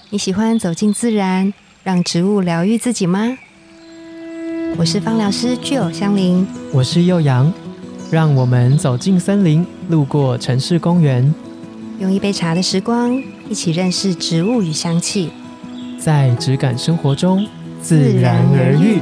你喜欢走进自然，让植物疗愈自己吗？我是芳疗师具有香林， 我是幼阳，让我们走进森林，路过城市公园， 用一杯茶的时光，一起认识植物与香气， 在质感生活中自然而愈。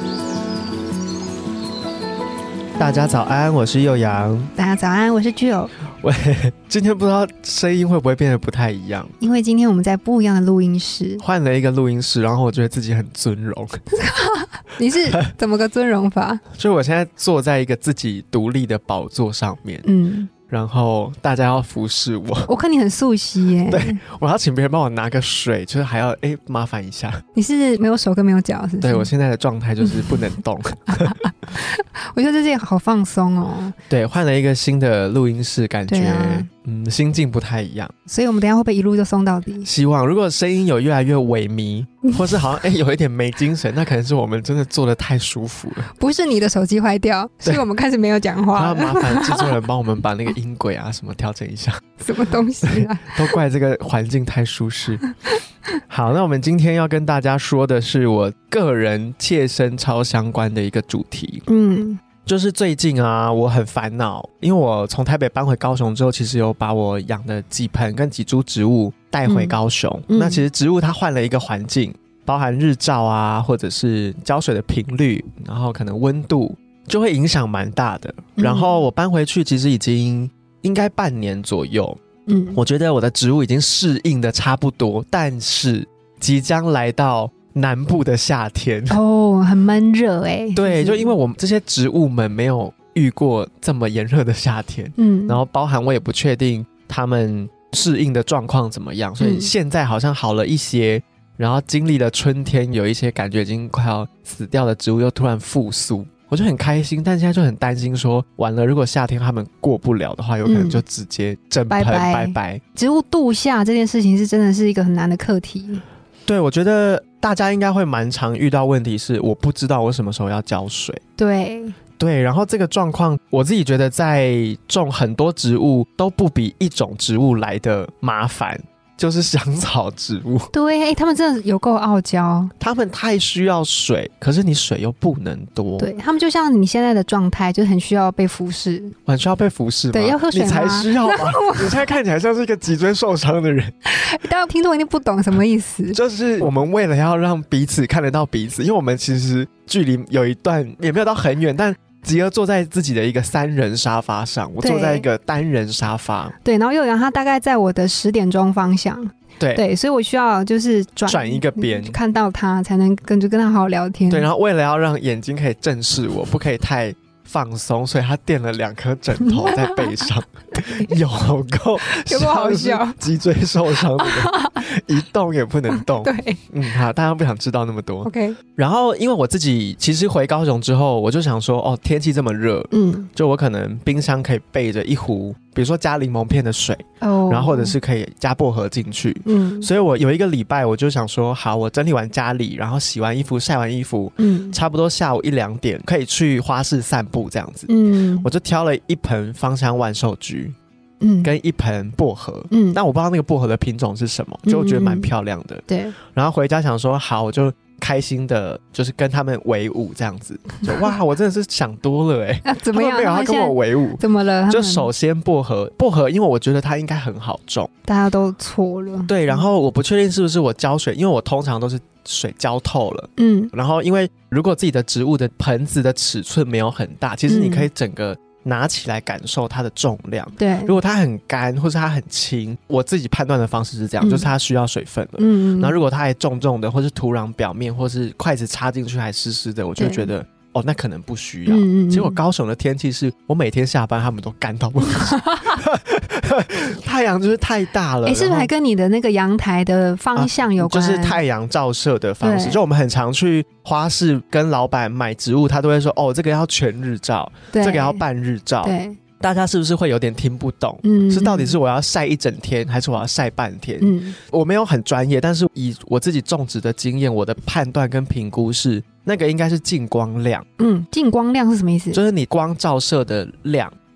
大家早安，我是幼阳。 大家早安，我是具有。 喂，今天不知道声音会不会变得不太一样， 因为今天我们在不一样的录音室， 换了一个录音室，然后我觉得自己很尊荣。 你是怎么个尊荣法？ 就我现在坐在一个自己独立的宝座上面，然后大家要服侍我。 我看你很素悉耶。 对，我要请别人帮我拿个水，就是还要麻烦一下。 你是没有手跟没有脚是不是？ 对，我现在的状态就是不能动。 我觉得这件好放松哦。 对，换了一个新的录音室，感觉、心境不太一样。 所以我们等一下会不会一路就松到底？ 希望如果声音有越来越萎靡，或是好像有一点没精神，那可能是我们真的做得太舒服了。 不是你的手机坏掉，是我们开始没有讲话了。 要麻烦制作人帮我们把那个音轨啊什么调整一下。 什么东西啊？ 都怪这个环境太舒适。好，那我们今天要跟大家说的是我个人切身超相关的一个主题。就是最近啊，我很烦恼，因为我从台北搬回高雄之后，其实有把我养的几盆跟几株植物带回高雄。那其实植物它换了一个环境，包含日照啊，或者是浇水的频率，然后可能温度，就会影响蛮大的。然后我搬回去其实已经应该半年左右。我觉得我的植物已经适应的差不多，但是即将来到南部的夏天很闷热欸。 对，就因为我们这些植物们没有遇过这么炎热的夏天，然后包含我也不确定他们适应的状况怎么样，所以现在好像好了一些，然后经历了春天，有一些感觉已经快要死掉的植物又突然复苏，我就很开心，但现在就很担心说完了，如果夏天他们过不了的话，有可能就直接整盆拜拜。 植物度夏这件事情是真的是一个很难的课题。 对，我觉得大家应该会蛮常遇到问题是我不知道我什么时候要浇水。对，然后这个状况我自己觉得在种很多植物都不比一种植物来的麻烦，就是香草植物。对， 他们真的有够傲娇， 他们太需要水，可是你水又不能多。 对，他们就像你现在的状态，就很需要被服侍。 很需要被服侍吗？ 对，要喝水吗？ 你才需要吧。你现在看起来像是一个脊椎受伤的人。 大家听众一定不懂什么意思。 就是我们为了要让彼此看得到彼此，因为我们其实距离有一段也没有到很远，但吉儿坐在自己的一个3人沙发上，我坐在一个单人沙发。对， 然后幼阳他大概在我的10点钟方向。对，所以我需要就是转一个边， 看到他才能跟他好好聊天。 对，然后为了要让眼睛可以正视我，不可以太放松，所以他垫了2颗枕头在背上。有够好笑， 脊椎受伤的人一动也不能动。 对， 好，大家不想知道那么多。 OK。然后因为我自己其实回高雄之后，我就想说，天气这么热，就我可能冰箱可以备着一壶，比如说加柠檬片的水，然后或者是可以加薄荷进去。所以我有一个礼拜，我就想说，好，我整理完家里，然后洗完衣服、晒完衣服，差不多下午1-2点可以去花市散步这样子。我就挑了一盆芳香万寿菊。跟一盆薄荷，但我不知道那个薄荷的品种是什么，就我觉得蛮漂亮的。 对， 然后回家想说好，我就开心的，就是跟他们为伍这样子。就哇，我真的是想多了怎么样？ 他们没有要跟我为伍， 怎么了？ 就首先薄荷，因为我觉得它应该很好种， 大家都错了。 对，然后我不确定是不是我浇水，因为我通常都是水浇透了。然后因为如果自己的植物的盆子的尺寸没有很大，其实你可以整个拿起来感受它的重量。 对， 如果它很干或是它很轻，我自己判断的方式是这样，就是它需要水分了。然后如果它还重重的，或是土壤表面，或是筷子插进去还湿湿的，我就觉得那可能不需要。结果高雄的天气是我每天下班他们都干到不行。太阳就是太大了。 是不是还跟你的那个阳台的方向有关？ 就是太阳照射的方式。就我们很常去花市跟老板买植物，他都会说这个要全日照，这个要半日照。 对， 大家是不是会有点听不懂？是到底是我要晒一整天，还是我要晒半天？我没有很专业，但是以我自己种植的经验，我的判断跟评估是，那个应该是净光量。 净光量是什么意思？ 就是你光照射的量。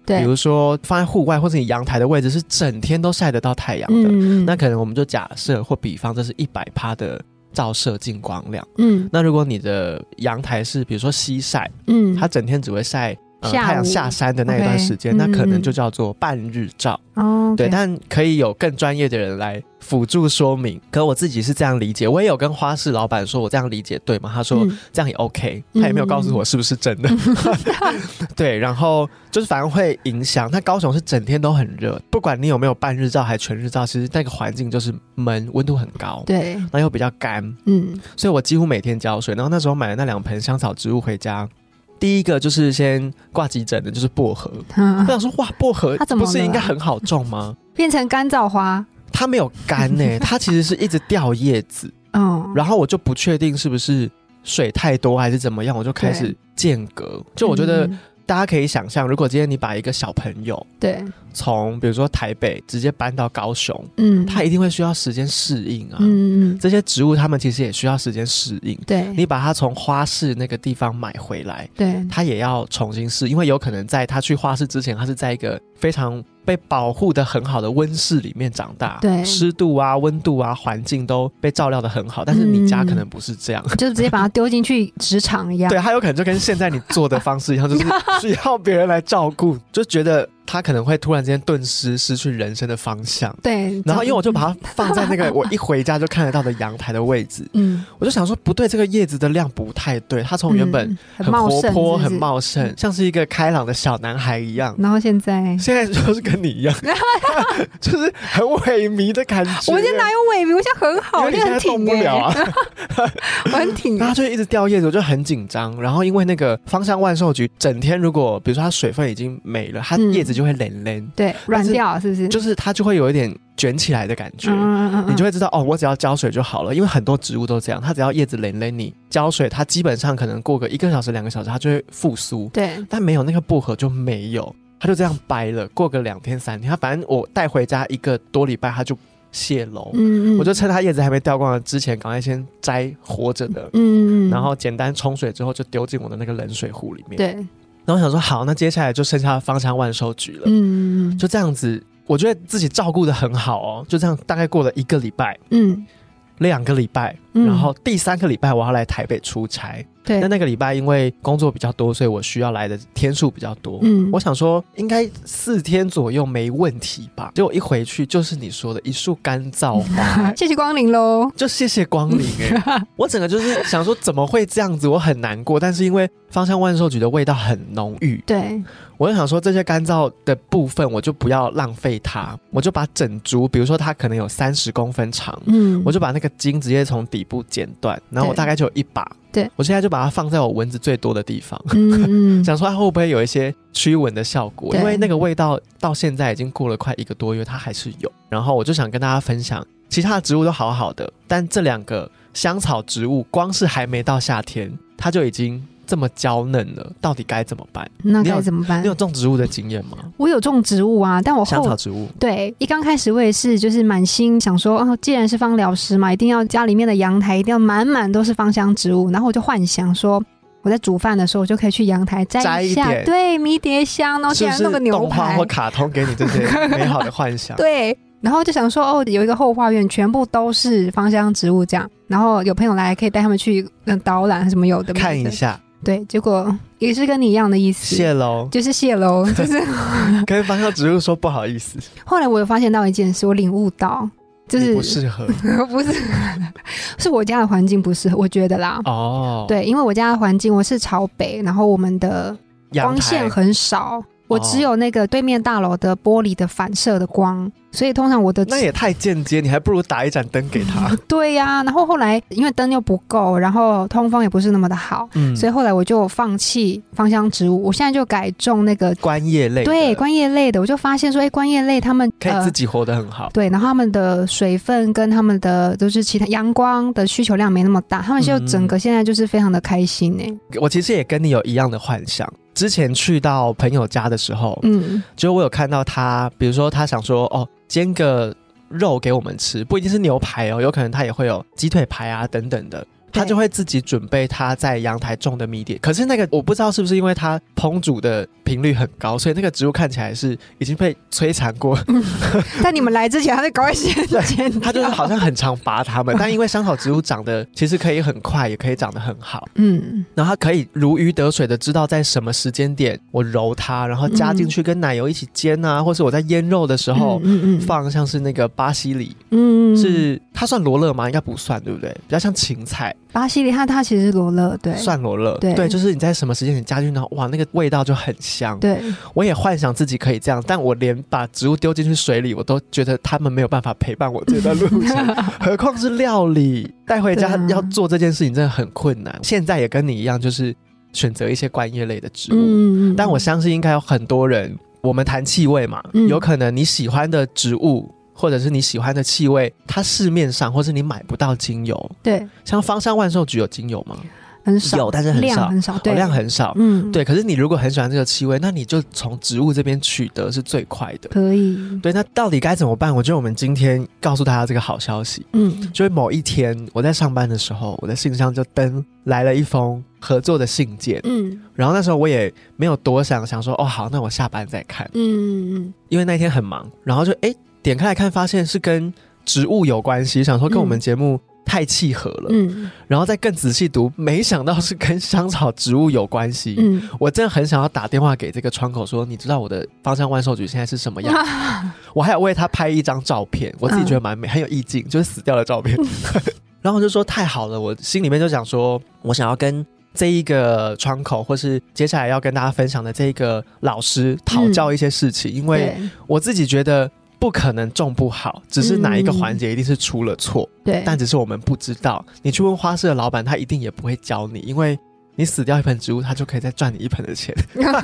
比如说放在户外或者你阳台的位置是整天都晒得到太阳的，那可能我们就假设或比方这是100%的照射进光量。那如果你的阳台是比如说西晒，它整天只会晒太阳下山的那一段时间，那可能就叫做半日照。对，但可以有更专业的人来辅助说明。可我自己是这样理解，我也有跟花市老板说我这样理解对吗？他说这样也 OK，他也没有告诉我是不是真的。对，然后就是反正会影响。那高雄是整天都很热，不管你有没有半日照还全日照，其实那个环境就是闷，温度很高， 对， 然后又比较干，所以我几乎每天浇水。然后那时候买了那2盆香草植物回家，第一个就是先挂急诊的，就是薄荷。我想说，哇，薄荷不是应该很好种吗？ 变成干燥花？ 它没有干它其实是一直掉叶子。然后我就不确定是不是水太多还是怎么样，我就开始间隔。就我觉得大家可以想象，如果今天你把一个小朋友对从比如说台北直接搬到高雄，他一定会需要时间适应啊。这些植物他们其实也需要时间适应。对，你把它从花市那个地方买回来，对，他也要重新适应，因为有可能在他去花市之前，他是在一个非常被保护的很好的温室里面长大，对，湿度啊、温度啊、环境都被照料的很好。但是你家可能不是这样， 就直接把它丢进去职场一样。 对，他有可能就跟现在你做的方式一样，就是需要别人来照顾，就觉得他可能会突然之间顿失去人生的方向。对，然后因为我就把它放在那个我一回家就看得到的阳台的位置，我就想说不对，这个叶子的量不太对，它从原本很活泼很茂盛，像是一个开朗的小男孩一样， 然后现在就是跟你一样，就是很萎靡的感觉。 我现在哪有萎靡？我现在很好，我现在动不了啊，我很挺。 然后就一直掉叶子，我就很紧张。然后因为那个芳香万寿菊整天如果比如说它水分已经没了，它叶子就会冷， 对，软掉，是不是？ 就是它就会有一点卷起来的感觉，你就会知道哦，我只要浇水就好了。因为很多植物都这样，它只要叶子冷，你浇水，它基本上可能过个1个小时、2个小时，它就会复苏。对，但没有那个薄荷就没有，它就这样掰了。过个2天3天，它反正我带回家1个多礼拜，它就泄露。我就趁它叶子还没掉光之前，赶快先摘活着的，然后简单冲水之后就丢进我的那个冷水壶里面。对。然后我想说好，那接下来就剩下芳香万寿菊了。就这样子，我觉得自己照顾得很好哦。就这样，大概过了1个礼拜，2个礼拜，然后第3个礼拜我要来台北出差。对，那个礼拜因为工作比较多，所以我需要来的天数比较多。我想说应该4天左右没问题吧。结果一回去就是你说的一束干燥花。 谢谢光临咯， 就谢谢光临我整个就是想说怎么会这样子，我很难过。但是因为芳香万寿菊的味道很浓郁，对，我就想说这些干燥的部分我就不要浪费它，我就把整株，比如说它可能有30公分长，我就把那个茎直接从底部剪断，然后我大概就有1把。对，我现在就把它放在我蚊子最多的地方，想说它会不会有一些驱蚊的效果，因为那个味道到现在已经过了快1个多月，它还是有。然后我就想跟大家分享，其他的植物都好好的，但这2个香草植物光是还没到夏天，它就已经这么娇嫩了，到底该怎么办？ 那该怎么办？ 你有种植物的经验吗？ 我有种植物啊，但我香草植物， 对，一刚开始我也是就是满心想说，哦，既然是芳疗师嘛，一定要家里面的阳台一定要满满都是芳香植物，然后我就幻想说，我在煮饭的时候，我就可以去阳台摘一下，对，迷迭香，然后竟然弄个牛排， 动画或卡通给你这些美好的幻想， 对。然后就想说，哦，有一个后花园，全部都是芳香植物这样，然后有朋友来可以带他们去导览什么有的看一下。 对，结果也是跟你一样的意思， 谢喽， 就是谢喽，就是跟芳香植物说不好意思。 后来我有发现到一件事，我领悟到，就是不适合， 不是，是我家的环境不适合，我觉得啦。哦，对，因为我家的环境我是朝北，然后我们的光线很少。我只有那个对面大楼的玻璃的反射的光，所以通常我的那也太间接，你还不如打一盏灯给他。 对呀，然后后来因为灯又不够，然后通风也不是那么的好，所以后来我就放弃芳香植物，我现在就改种那个观叶类的。 对，观叶类的，我就发现说，观叶类他们可以自己活得很好。对， 然后他们的水分跟他们的就是其他阳光的需求量没那么大，他们就整个现在就是非常的开心我其实也跟你有一样的幻想。之前去到朋友家的时候，就我有看到他，比如说他想说，哦，煎个肉给我们吃，不一定是牛排哦，有可能他也会有鸡腿排啊等等的。 他就会自己准备他在阳台种的迷迭。可是那个我不知道是不是因为他烹煮的频率很高，所以那个植物看起来是已经被摧残过。 在你们来之前他就赶快先剪掉， 他就是好像很常拔它们。但因为香草植物长得其实可以很快，也可以长得很好，然后它可以如鱼得水的知道在什么时间点我揉它，然后加进去跟奶油一起煎啊，或是我在腌肉的时候放像是那个巴西里，是它算罗勒吗？应该不算，对不对？比较像芹菜。 巴西里它其实是罗勒，对， 算罗勒，对，就是你在什么时间点加进去，哇，那个味道就很香。 对， 我也幻想自己可以这样，但我连把植物丢进去水里，我都觉得他们没有办法陪伴我这段路程，何况是料理，带回家要做这件事情真的很困难。现在也跟你一样，就是选择一些观叶类的植物，但我相信应该有很多人，我们谈气味嘛，有可能你喜欢的植物或者是你喜欢的气味，它市面上或是你买不到精油。 对， 像芳香万寿菊有精油吗？ 很少， 有，但是很少， 量很少，对， 量很少。对。可是你如果很喜欢这个气味，那你就从植物这边取得是最快的。 可以。 对，那到底该怎么办？我觉得我们今天告诉大家这个好消息。就是某一天我在上班的时候，我的信箱就登来了一封合作的信件。然后那时候我也没有多想说，哦，好，那我下班再看。因为那天很忙，然后就点开来看，发现是跟植物有关系，想说跟我们节目太契合了。然后再更仔细读，没想到是跟香草植物有关系。我真的很想要打电话给这个窗口说，你知道我的芳香万寿菊现在是什么样子？我还有为他拍一张照片，我自己觉得蛮美，很有意境，就是死掉的照片。然后我就说太好了，我心里面就想说，我想要跟这一个窗口，或是接下来要跟大家分享的这一个老师讨教一些事情，因为我自己觉得不可能种不好，只是哪一个环节一定是出了错，对，但只是我们不知道。你去问花市的老板，他一定也不会教你，因为你死掉一盆植物，他就可以再赚你一盆的钱。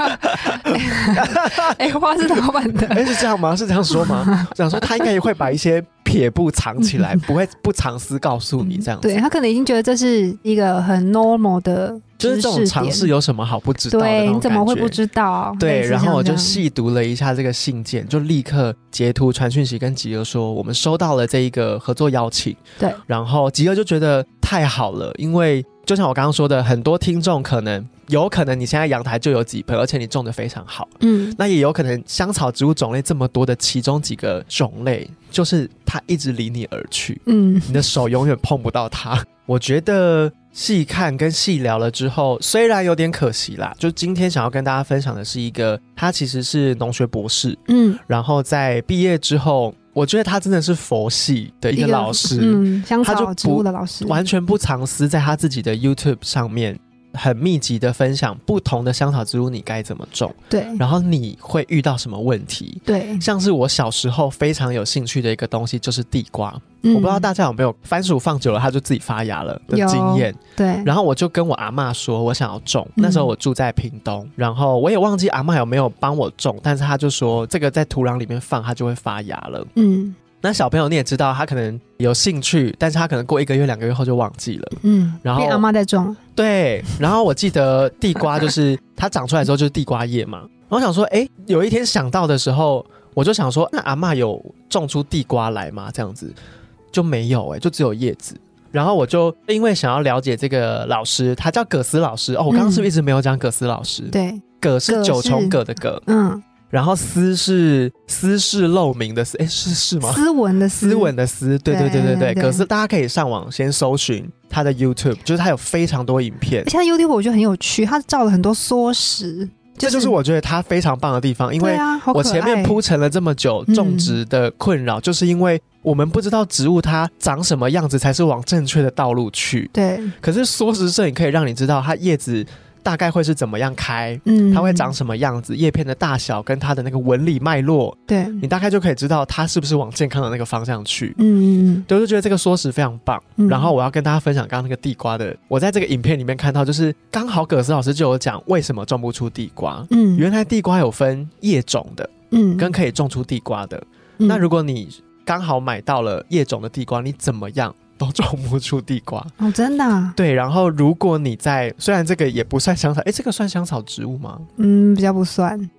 花市老板的， 是这样吗？是这样说吗？想说他应该也会把一些撇步藏起来，不会不藏私告诉你这样子。 对，他可能已经觉得这是一个很 normal 的。 就是这种尝试有什么好不知道的那种感觉？ 对，你怎么会不知道？ 对，然后我就细读了一下这个信件，就立刻截图传讯息跟吉儿说，我们收到了这一个合作邀请。对，然后吉儿就觉得太好了，因为就像我刚刚说的，很多听众有可能你现在阳台就有几盆，而且你种得非常好。那也有可能香草植物种类这么多的其中几个种类，就是它一直离你而去。你的手永远碰不到它。我觉得细看跟细聊了之后，虽然有点可惜啦，就今天想要跟大家分享的是一个，他其实是农学博士，然后在毕业之后，我觉得他真的是佛系的一个老师， 香草植物的老师， 完全不藏私，在他自己的 YouTube 上面很密集的分享不同的香草植物你该怎么种，对，然后你会遇到什么问题，对，像是我小时候非常有兴趣的一个东西就是地瓜。我不知道大家有没有番薯放久了它就自己发芽了的经验，对。然后我就跟我阿嬷说我想要种，那时候我住在屏东，然后我也忘记阿嬷有没有帮我种，但是她就说这个在土壤里面放它就会发芽了。那小朋友你也知道他可能有兴趣，但是他可能过1个月2个月后就忘记了。然后阿嬷在种， 对。然后我记得地瓜就是它长出来之后就是地瓜叶嘛，然后想说有一天想到的时候，我就想说那阿嬷有种出地瓜来吗？这样子就没有，就只有叶子。然后我就因为想要了解这个老师，他叫葛斯老师。我刚刚是不是一直没有讲葛斯老师？对，葛是九重葛的葛，然后丝是丝世漏明的丝，是吗？ 斯文的丝， 斯文的丝，对。葛斯大家可以上网先搜寻他的 YouTube， 就是他有非常多影片， 而且他 YouTube 我觉得很有趣，他照了很多缩时。 这就是我觉得它非常棒的地方，因为我前面铺陈了这么久种植的困扰，就是因为我们不知道植物它长什么样子才是往正确的道路去。对，可是缩时摄影可以让你知道它叶子大概会是怎么样开，它会长什么样子，叶片的大小跟它的那个纹理脉络，对，你大概就可以知道它是不是往健康的那个方向去。对，我就觉得这个缩时非常棒。然后我要跟大家分享刚刚那个地瓜的，我在这个影片里面看到，就是刚好葛斯老师就有讲为什么种不出地瓜。原来地瓜有分叶种的，跟可以种出地瓜的。那如果你刚好买到了叶种的地瓜，你怎么样都种不出地瓜哦，真的啊？ 对，然后如果你在，虽然这个也不算香草，这个算香草植物吗？ 比较不算。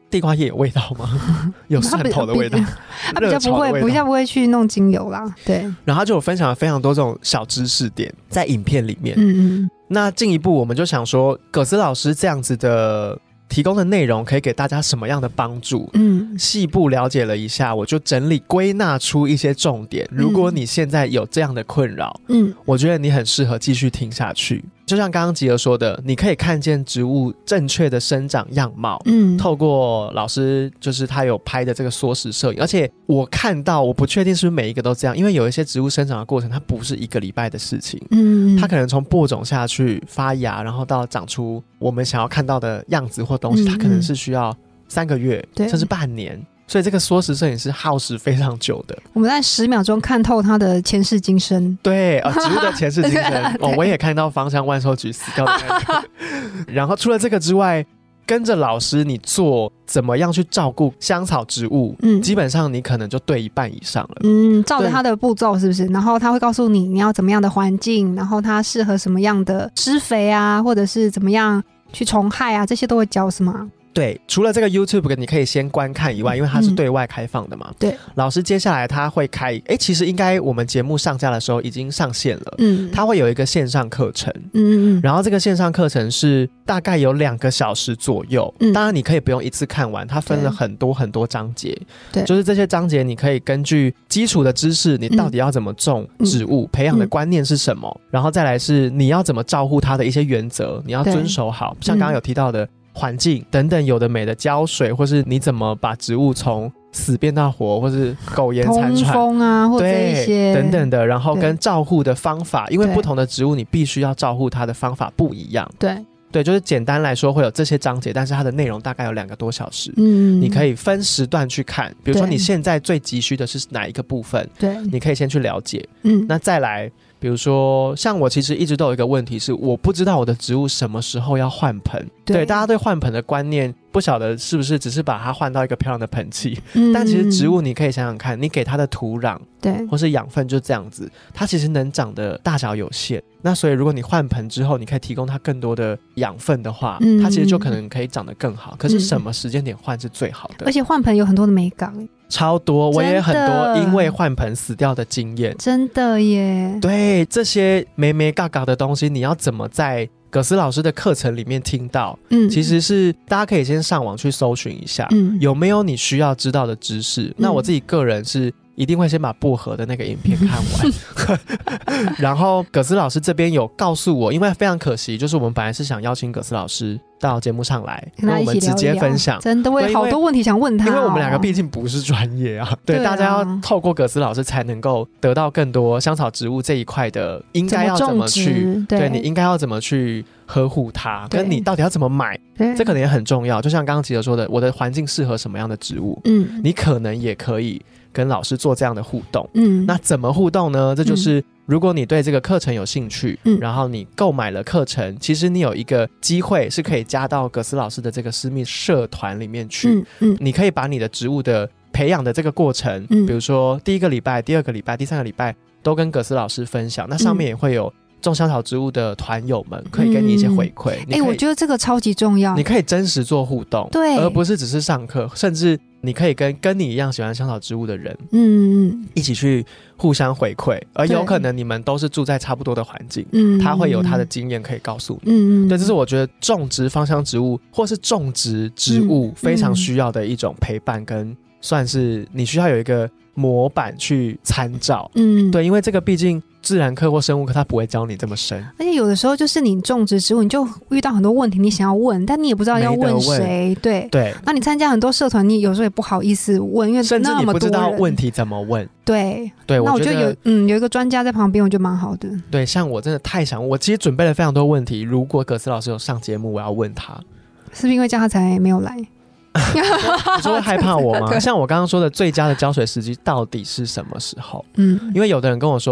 地瓜叶有味道吗？有蒜头的味道， 他比较不会去弄精油啦。对， 然后他就有分享了非常多这种小知识点在影片里面。那进一步我们就想说，葛斯老师这样子的提供的内容可以给大家什么样的帮助？细部了解了一下，我就整理归纳出一些重点。如果你现在有这样的困扰，我觉得你很适合继续听下去。就像刚刚吉儿说的，你可以看见植物正确的生长样貌，透过老师就是他有拍的这个缩时摄影，而且我看到，我不确定是不是每一个都这样，因为有一些植物生长的过程它不是1个礼拜的事情，它可能从播种下去发芽，然后到长出我们想要看到的样子或东西，它可能是需要3个月甚至半年，所以这个缩时摄影是耗时非常久的。 我们在10秒钟看透它的前世今生。 对，植物的前世今生我也看到芳香万寿菊死掉的感觉。然后除了这个之外，跟着老师你做怎么样去照顾香草植物，基本上你可能就对1半以上了。 照着它的步骤是不是？然后他会告诉你要怎么样的环境，然后它适合什么样的施肥啊，或者是怎么样去虫害啊，这些都会教是吗？ 对，除了这个 YouTube 你可以先观看以外，因为它是对外开放的嘛。对，老师接下来他会开，其实应该我们节目上架的时候已经上线了。他会有一个线上课程。然后这个线上课程是大概有2个小时左右。当然你可以不用一次看完，它分了很多很多章节。对，就是这些章节你可以根据基础的知识，你到底要怎么种植物，培养的观念是什么，然后再来是你要怎么照顾它的一些原则，你要遵守好。像刚刚有提到的环境等等，有的没的浇水，或是你怎么把植物从死变到活，或是苟延残喘， 通风啊，或者一些等等的，然后跟照护的方法，因为不同的植物你必须要照护它的方法不一样。对，就是简单来说会有这些章节，但是它的内容大概有2个多小时。你可以分时段去看，比如说你现在最急需的是哪一个部分，你可以先去了解。那再来比如说像我其实一直都有一个问题是，我不知道我的植物什么时候要换盆。对，大家对换盆的观念不晓得是不是只是把它换到一个漂亮的盆器，但其实植物你可以想想看，你给它的土壤或是养分就这样子，它其实能长的大小有限。那所以如果你换盆之后，你可以提供它更多的养分的话，它其实就可能可以长得更好。可是什么时间点换是最好的？ 而且换盆有很多的美感， 超多，我也很多因为换盆死掉的经验。 真的耶。 对，这些眉眉嘎嘎的东西，你要怎么在葛斯老师的课程里面听到？其实是大家可以先上网去搜寻一下，有没有你需要知道的知识。那我自己个人是一定会先把薄荷的那个影片看完然后葛斯老师这边有告诉我，因为非常可惜，就是我们本来是想邀请葛斯老师到节目上来跟我们直接分享， 真的我有好多问题想问他， 因为我们2个毕竟不是专业啊。对，大家要透过葛斯老师才能够得到更多香草植物这一块的应该要怎么去，对，你应该要怎么去呵护它，跟你到底要怎么买，这可能也很重要。就像刚刚吉德说的，我的环境适合什么样的植物，你可能也可以跟老师做这样的互动。那怎么互动呢？这就是如果你对这个课程有兴趣，然后你购买了课程，其实你有一个机会是可以加到葛斯老师的这个私密社团里面去。你可以把你的植物的培养的这个过程，比如说第1个礼拜、第2个礼拜、第3个礼拜都跟葛斯老师分享，那上面也会有种香草植物的团友们可以给你一些回馈。 我觉得这个超级重要， 你可以真实做互动，对，而不是只是上课，甚至你可以跟你一样喜欢香草植物的人，一起去互相回馈，而有可能你们都是住在差不多的环境，他会有他的经验可以告诉你。对，这是我觉得种植芳香植物或是种植植物非常需要的一种陪伴，跟算是你需要有一个模板去参照。对，因为这个毕竟自然课或生物课它不会教你这么深， 而且有的时候就是你种植植物你就遇到很多问题你想要问，但你也不知道要问谁。对，那你参加很多社团你有时候也不好意思问，因为甚至你不知道问题怎么问。 对，那我觉得有一个专家在旁边我觉得蛮好的。 对，像我真的太想，我其实准备了非常多问题，如果葛斯老师有上节目我要问他。 是不是因为这样他才没有来？ 你说会害怕我吗？像我刚刚说的最佳的浇水时机到底是什么时候？因为有的人跟我说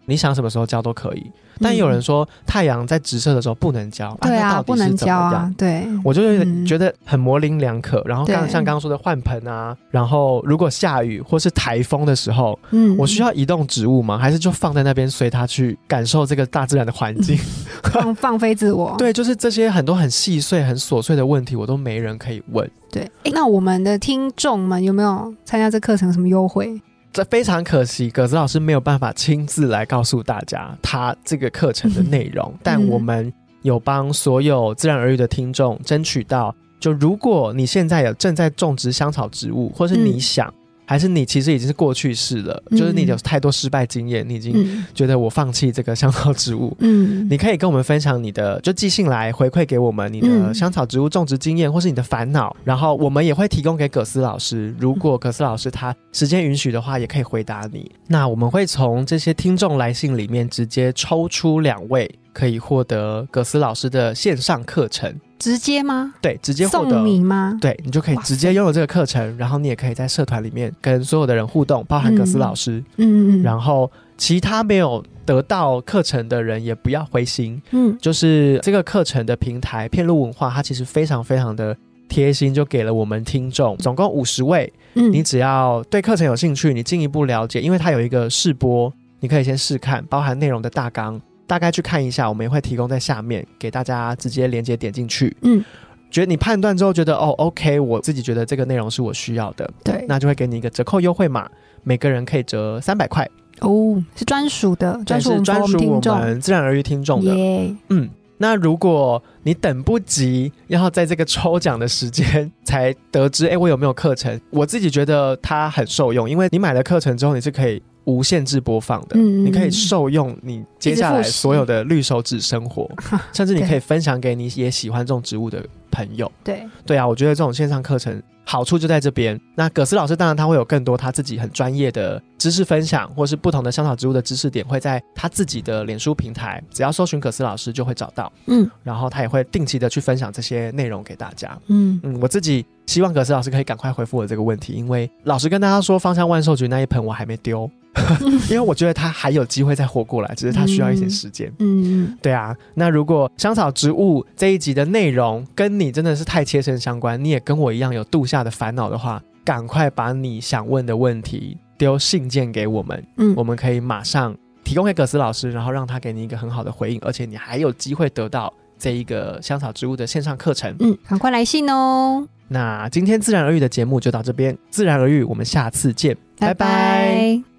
你想什么时候浇都可以。但也有人说太阳在直射的时候不能浇， 对啊， 不能浇啊， 对， 我就觉得很模棱两可。然后像刚刚说的换盆啊，然后如果下雨或是台风的时候，我需要移动植物吗？还是就放在那边随它去感受这个大自然的环境， 放飞自我？对， 就是这些很多很细碎、很琐碎的问题，我都没人可以问。 对，那我们的听众们有没有参加这课程有什么优惠？ 这非常可惜，葛子老师没有办法亲自来告诉大家他这个课程的内容，但我们有帮所有自然而育的听众争取到，就如果你现在有正在种植香草植物，或是你想还是你其实已经是过去式了，就是你有太多失败经验，你已经觉得我放弃这个香草植物，你可以跟我们分享你的，就寄信来回馈给我们你的香草植物种植经验，或是你的烦恼，然后我们也会提供给葛斯老师，如果葛斯老师他时间允许的话，也可以回答你。那我们会从这些听众来信里面直接抽出2位可以获得葛斯老师的线上课程。 直接吗？ 对，直接获得。 送你吗？ 对，你就可以直接拥有这个课程，然后你也可以在社团里面跟所有的人互动，包含葛斯老师。然后其他没有得到课程的人也不要灰心。就是这个课程的平台片路文化，它其实非常非常的贴心，就给了我们听众总共50位。你只要对课程有兴趣，你进一步了解，因为它有一个试播，你可以先试看，包含内容的大纲。大概去看一下，我们也会提供在下面给大家直接连结点进去。觉得你判断之后觉得OK， 我自己觉得这个内容是我需要的，对，那就会给你一个折扣优惠码，每个人可以折300块。 是专属的， 专属我们自然而育听众的。那如果你等不及要在这个抽奖的时间才得知我有没有课程，我自己觉得它很受用，因为你买了课程之后你是可以无限制播放的，你可以受用你接下来所有的绿手指生活，甚至你可以分享给你也喜欢这种植物的朋友。对啊，我觉得这种线上课程好处就在这边。那葛斯老师当然他会有更多他自己很专业的知识分享，或是不同的香草植物的知识点会在他自己的脸书平台，只要搜寻葛斯老师就会找到。然后他也会定期的去分享这些内容给大家。我自己希望葛斯老师可以赶快回复我这个问题，因为老实跟大家说，芳香万寿菊那一盆我还没丢因为我觉得他还有机会再活过来，只是他需要一点时间。对啊，那如果香草植物这一集的内容跟你真的是太切身相关，你也跟我一样有度夏的烦恼的话，赶快把你想问的问题丢信件给我们，我们可以马上提供给葛斯老师，然后让他给你一个很好的回应，而且你还有机会得到这一个香草植物的线上课程。 赶快来信哦。 那今天自然而育的节目就到这边，自然而育我们下次见，拜拜。